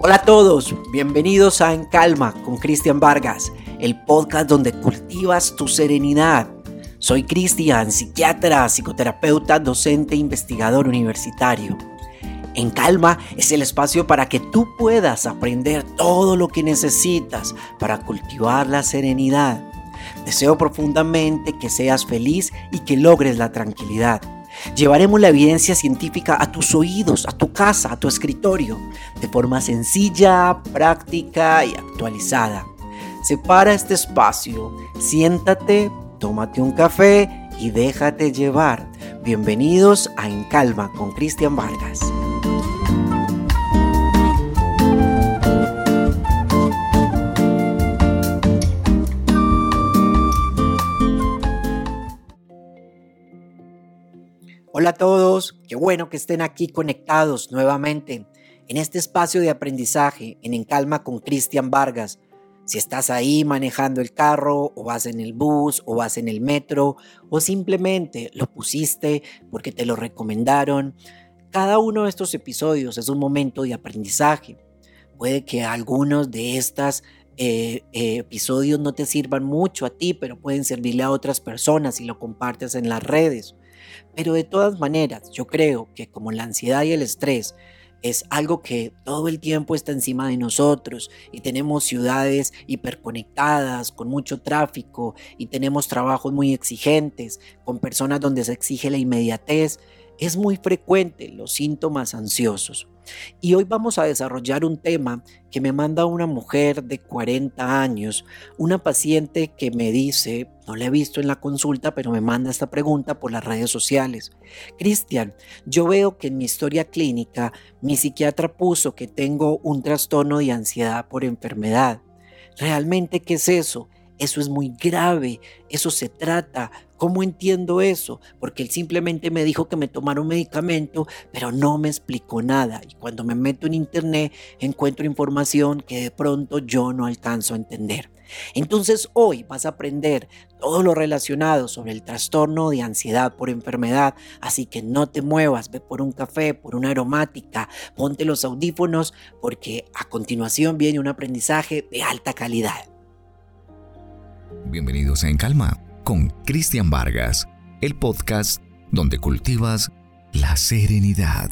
Hola a todos, bienvenidos a En Calma con Cristian Vargas, el podcast donde cultivas tu serenidad. Soy Cristian, psiquiatra, psicoterapeuta, docente e investigador universitario. En Calma es el espacio para que tú puedas aprender todo lo que necesitas para cultivar la serenidad. Deseo profundamente que seas feliz y que logres la tranquilidad. Llevaremos la evidencia científica a tus oídos, a tu casa, a tu escritorio, de forma sencilla, práctica y actualizada. Separa este espacio, siéntate, tómate un café y déjate llevar. Bienvenidos a En Calma con Cristian Vargas. Hola a todos, qué bueno que estén aquí conectados nuevamente en este espacio de aprendizaje en Calma con Cristian Vargas. Si estás ahí manejando el carro, o vas en el bus, o vas en el metro, o simplemente lo pusiste porque te lo recomendaron, cada uno de estos episodios es un momento de aprendizaje. Puede que algunos de estos episodios no te sirvan mucho a ti, pero pueden servirle a otras personas si lo compartes en las redes. Pero de todas maneras, yo creo que como la ansiedad y el estrés es algo que todo el tiempo está encima de nosotros y tenemos ciudades hiperconectadas con mucho tráfico y tenemos trabajos muy exigentes con personas donde se exige la inmediatez, es muy frecuente los síntomas ansiosos. Y hoy vamos a desarrollar un tema que me manda una mujer de 40 años, una paciente que me dice, no la he visto en la consulta, pero me manda esta pregunta por las redes sociales. Cristian, yo veo que en mi historia clínica mi psiquiatra puso que tengo un trastorno de ansiedad por enfermedad. ¿Realmente qué es eso? Eso es muy grave, eso se trata. ¿Cómo entiendo eso? Porque él simplemente me dijo que me tomara un medicamento, pero no me explicó nada. Y cuando me meto en internet, encuentro información que de pronto yo no alcanzo a entender. Entonces hoy vas a aprender todo lo relacionado sobre el trastorno de ansiedad por enfermedad. Así que no te muevas, ve por un café, por una aromática, ponte los audífonos, porque a continuación viene un aprendizaje de alta calidad. Bienvenidos a En Calma con Cristian Vargas, el podcast donde cultivas la serenidad.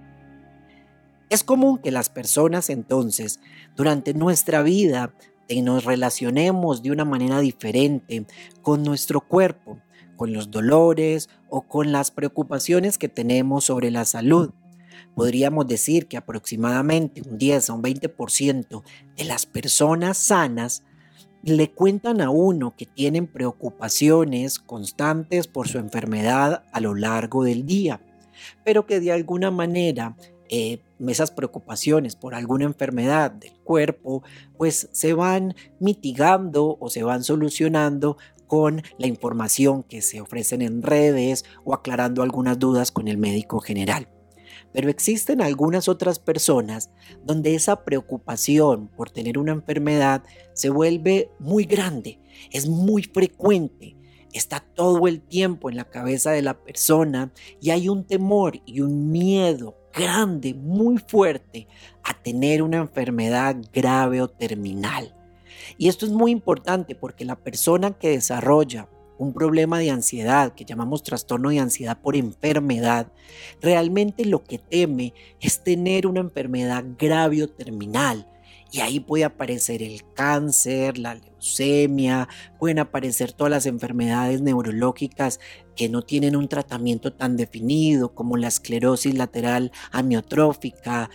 Es común que las personas entonces, durante nuestra vida, nos relacionemos de una manera diferente con nuestro cuerpo, con los dolores o con las preocupaciones que tenemos sobre la salud. Podríamos decir que aproximadamente un 10 a un 20% de las personas sanas le cuentan a uno que tienen preocupaciones constantes por su enfermedad a lo largo del día, pero que de alguna manera esas preocupaciones por alguna enfermedad del cuerpo pues se van mitigando o se van solucionando con la información que se ofrecen en redes o aclarando algunas dudas con el médico general. Pero existen algunas otras personas donde esa preocupación por tener una enfermedad se vuelve muy grande, es muy frecuente, está todo el tiempo en la cabeza de la persona y hay un temor y un miedo grande, muy fuerte a tener una enfermedad grave o terminal. Y esto es muy importante porque la persona que desarrolla un problema de ansiedad que llamamos trastorno de ansiedad por enfermedad, realmente lo que teme es tener una enfermedad grave o terminal. Y ahí puede aparecer el cáncer, la leucemia, pueden aparecer todas las enfermedades neurológicas que no tienen un tratamiento tan definido como la esclerosis lateral amiotrófica.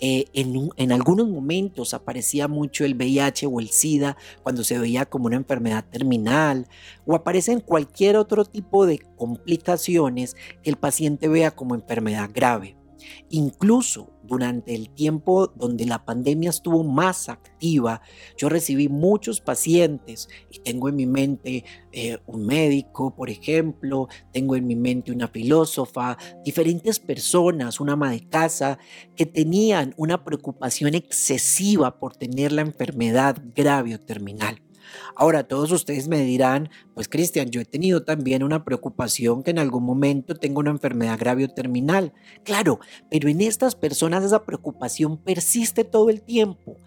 En algunos momentos aparecía mucho el VIH o el SIDA cuando se veía como una enfermedad terminal, o aparecen cualquier otro tipo de complicaciones que el paciente vea como enfermedad grave. Incluso durante el tiempo donde la pandemia estuvo más activa, yo recibí muchos pacientes y tengo en mi mente un médico, por ejemplo, tengo en mi mente una filósofa, diferentes personas, una ama de casa, que tenían una preocupación excesiva por tener la enfermedad grave o terminal. Ahora, todos ustedes me dirán, pues Cristian, yo he tenido también una preocupación que en algún momento tengo una enfermedad grave o terminal. Claro, pero en estas personas esa preocupación persiste todo el tiempo,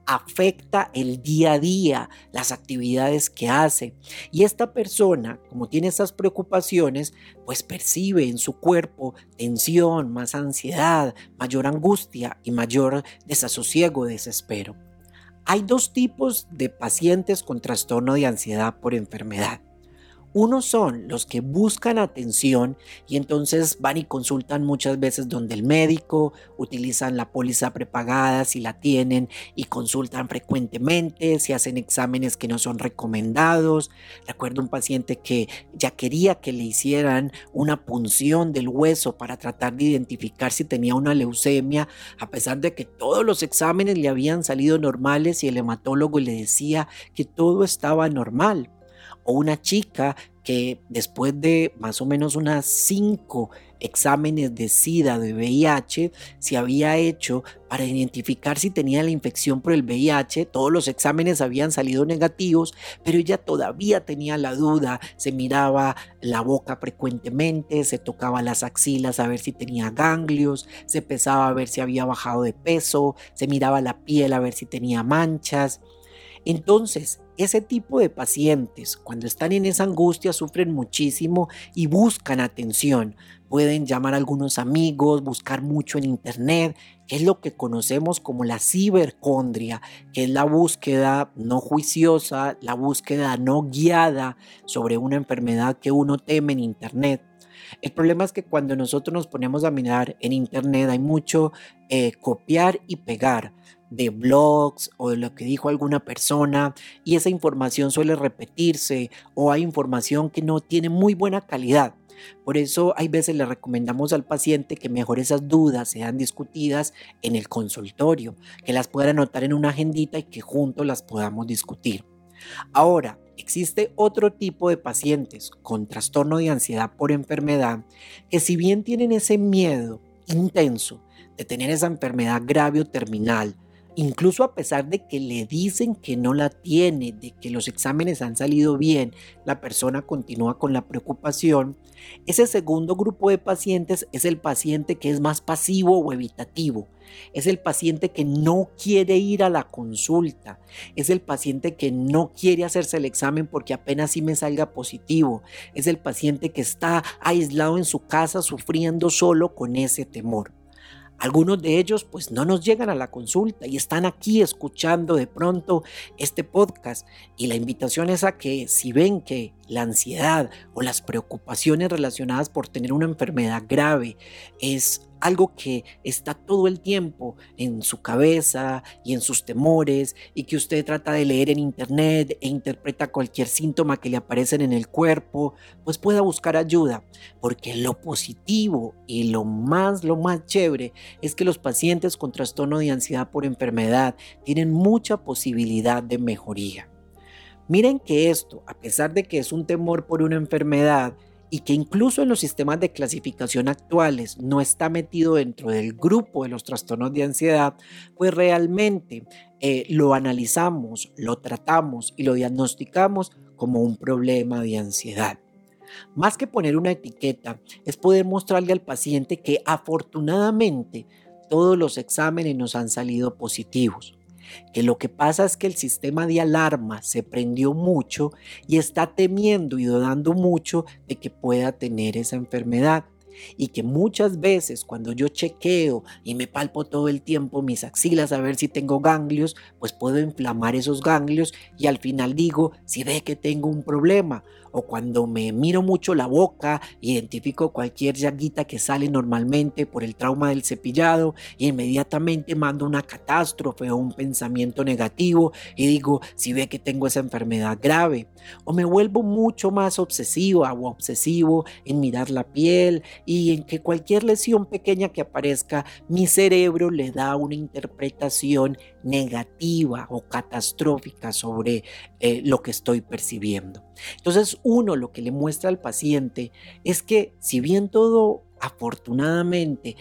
afecta el día a día, las actividades que hace. Y esta persona, como tiene estas preocupaciones, pues percibe en su cuerpo tensión, más ansiedad, mayor angustia y mayor desasosiego, desespero. Hay dos tipos de pacientes con trastorno de ansiedad por enfermedad. Unos son los que buscan atención y entonces van y consultan muchas veces donde el médico, utilizan la póliza prepagada si la tienen y consultan frecuentemente, si hacen exámenes que no son recomendados. Recuerdo un paciente que ya quería que le hicieran una punción del hueso para tratar de identificar si tenía una leucemia, a pesar de que todos los exámenes le habían salido normales y el hematólogo le decía que todo estaba normal. O una chica que después de más o menos unas 5 exámenes de SIDA, de VIH, se había hecho para identificar si tenía la infección por el VIH. Todos los exámenes habían salido negativos, pero ella todavía tenía la duda. Se miraba la boca frecuentemente, se tocaba las axilas a ver si tenía ganglios, se pesaba a ver si había bajado de peso, se miraba la piel a ver si tenía manchas. Entonces, ese tipo de pacientes, cuando están en esa angustia, sufren muchísimo y buscan atención. Pueden llamar a algunos amigos, buscar mucho en internet, que es lo que conocemos como la cibercondria, que es la búsqueda no juiciosa, la búsqueda no guiada sobre una enfermedad que uno teme en internet. El problema es que cuando nosotros nos ponemos a mirar en internet hay mucho copiar y pegar de blogs o de lo que dijo alguna persona, y esa información suele repetirse, o hay información que no tiene muy buena calidad. Por eso hay veces le recomendamos al paciente que mejor esas dudas sean discutidas en el consultorio, que las pueda anotar en una agendita y que juntos las podamos discutir. Ahora, existe otro tipo de pacientes con trastorno de ansiedad por enfermedad que, si bien tienen ese miedo intenso de tener esa enfermedad grave o terminal, incluso a pesar de que le dicen que no la tiene, de que los exámenes han salido bien, la persona continúa con la preocupación. Ese segundo grupo de pacientes es el paciente que es más pasivo o evitativo. Es el paciente que no quiere ir a la consulta. Es el paciente que no quiere hacerse el examen porque apenas sí me salga positivo. Es el paciente que está aislado en su casa sufriendo solo con ese temor. Algunos de ellos pues no nos llegan a la consulta y están aquí escuchando de pronto este podcast, y la invitación es a que, si ven que la ansiedad o las preocupaciones relacionadas por tener una enfermedad grave es algo que está todo el tiempo en su cabeza y en sus temores, y que usted trata de leer en internet e interpreta cualquier síntoma que le aparecen en el cuerpo, pues pueda buscar ayuda, porque lo positivo y lo más chévere es que los pacientes con trastorno de ansiedad por enfermedad tienen mucha posibilidad de mejoría. Miren que esto, a pesar de que es un temor por una enfermedad y que incluso en los sistemas de clasificación actuales no está metido dentro del grupo de los trastornos de ansiedad, pues realmente lo analizamos, lo tratamos y lo diagnosticamos como un problema de ansiedad. Más que poner una etiqueta, es poder mostrarle al paciente que afortunadamente todos los exámenes nos han salido positivos, que lo que pasa es que el sistema de alarma se prendió mucho y está temiendo y dudando mucho de que pueda tener esa enfermedad. Y que muchas veces cuando yo chequeo y me palpo todo el tiempo mis axilas a ver si tengo ganglios, pues puedo inflamar esos ganglios y al final digo, si ve que tengo un problema. O cuando me miro mucho la boca, identifico cualquier llaguita que sale normalmente por el trauma del cepillado y inmediatamente mando una catástrofe o un pensamiento negativo y digo, si ve que tengo esa enfermedad grave. O me vuelvo mucho más obsesiva o obsesivo en mirar la piel, y en que cualquier lesión pequeña que aparezca, mi cerebro le da una interpretación negativa o catastrófica sobre lo que estoy percibiendo. Entonces, uno lo que le muestra al paciente es que, si bien todo afortunadamente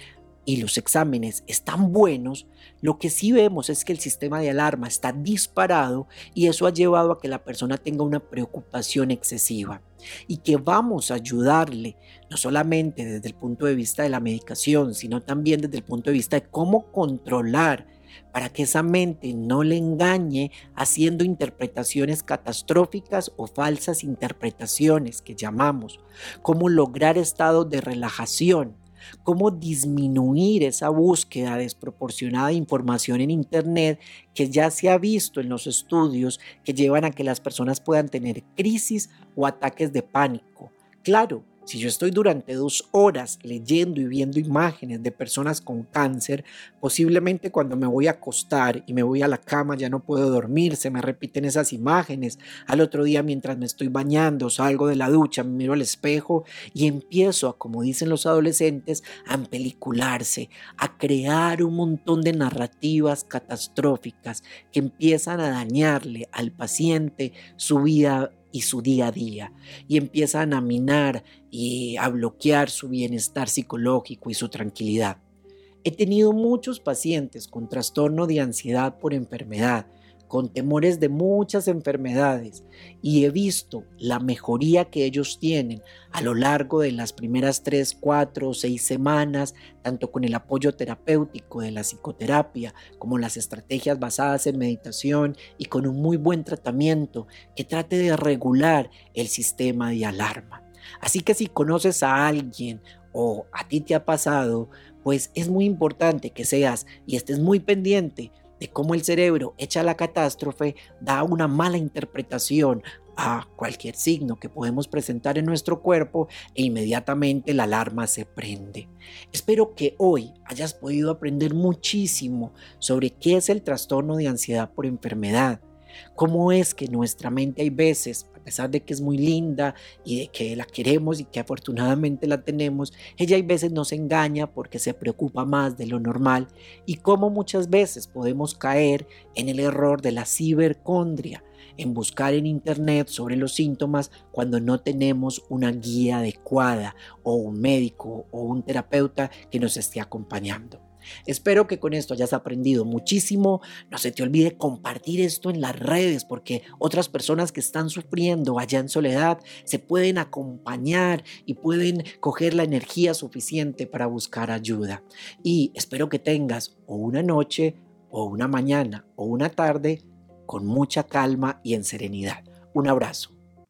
y los exámenes están buenos, lo que sí vemos es que el sistema de alarma está disparado y eso ha llevado a que la persona tenga una preocupación excesiva y que vamos a ayudarle no solamente desde el punto de vista de la medicación, sino también desde el punto de vista de cómo controlar para que esa mente no le engañe haciendo interpretaciones catastróficas o falsas interpretaciones que llamamos, cómo lograr estados de relajación, cómo disminuir esa búsqueda desproporcionada de información en Internet que ya se ha visto en los estudios que llevan a que las personas puedan tener crisis o ataques de pánico. Claro, si yo estoy durante 2 horas leyendo y viendo imágenes de personas con cáncer, posiblemente cuando me voy a acostar y me voy a la cama ya no puedo dormir, se me repiten esas imágenes. Al otro día mientras me estoy bañando, salgo de la ducha, me miro al espejo y empiezo a, como dicen los adolescentes, a empelicularse, a crear un montón de narrativas catastróficas que empiezan a dañarle al paciente su vida y su día a día, y empiezan a minar y a bloquear su bienestar psicológico y su tranquilidad. He tenido muchos pacientes con trastorno de ansiedad por enfermedad, con temores de muchas enfermedades, y he visto la mejoría que ellos tienen a lo largo de las primeras 3, 4 o 6 semanas, tanto con el apoyo terapéutico de la psicoterapia como las estrategias basadas en meditación y con un muy buen tratamiento que trate de regular el sistema de alarma. Así que si conoces a alguien o a ti te ha pasado, pues es muy importante que seas y estés muy pendiente de cómo el cerebro echa la catástrofe, da una mala interpretación a cualquier signo que podemos presentar en nuestro cuerpo e inmediatamente la alarma se prende. Espero que hoy hayas podido aprender muchísimo sobre qué es el trastorno de ansiedad por enfermedad, cómo es que nuestra mente hay veces, a pesar de que es muy linda y de que la queremos y que afortunadamente la tenemos, ella hay veces nos engaña porque se preocupa más de lo normal y cómo muchas veces podemos caer en el error de la cibercondria, en buscar en internet sobre los síntomas cuando no tenemos una guía adecuada o un médico o un terapeuta que nos esté acompañando. Espero que con esto hayas aprendido muchísimo. No se te olvide compartir esto en las redes porque otras personas que están sufriendo allá en soledad se pueden acompañar y pueden coger la energía suficiente para buscar ayuda. Y espero que tengas o una noche o una mañana o una tarde con mucha calma y en serenidad. Un abrazo.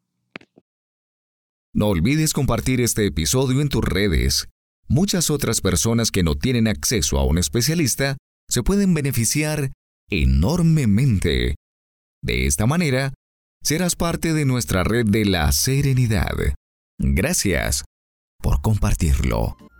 No olvides compartir este episodio en tus redes. Muchas otras personas que no tienen acceso a un especialista se pueden beneficiar enormemente. De esta manera, serás parte de nuestra red de la serenidad. Gracias por compartirlo.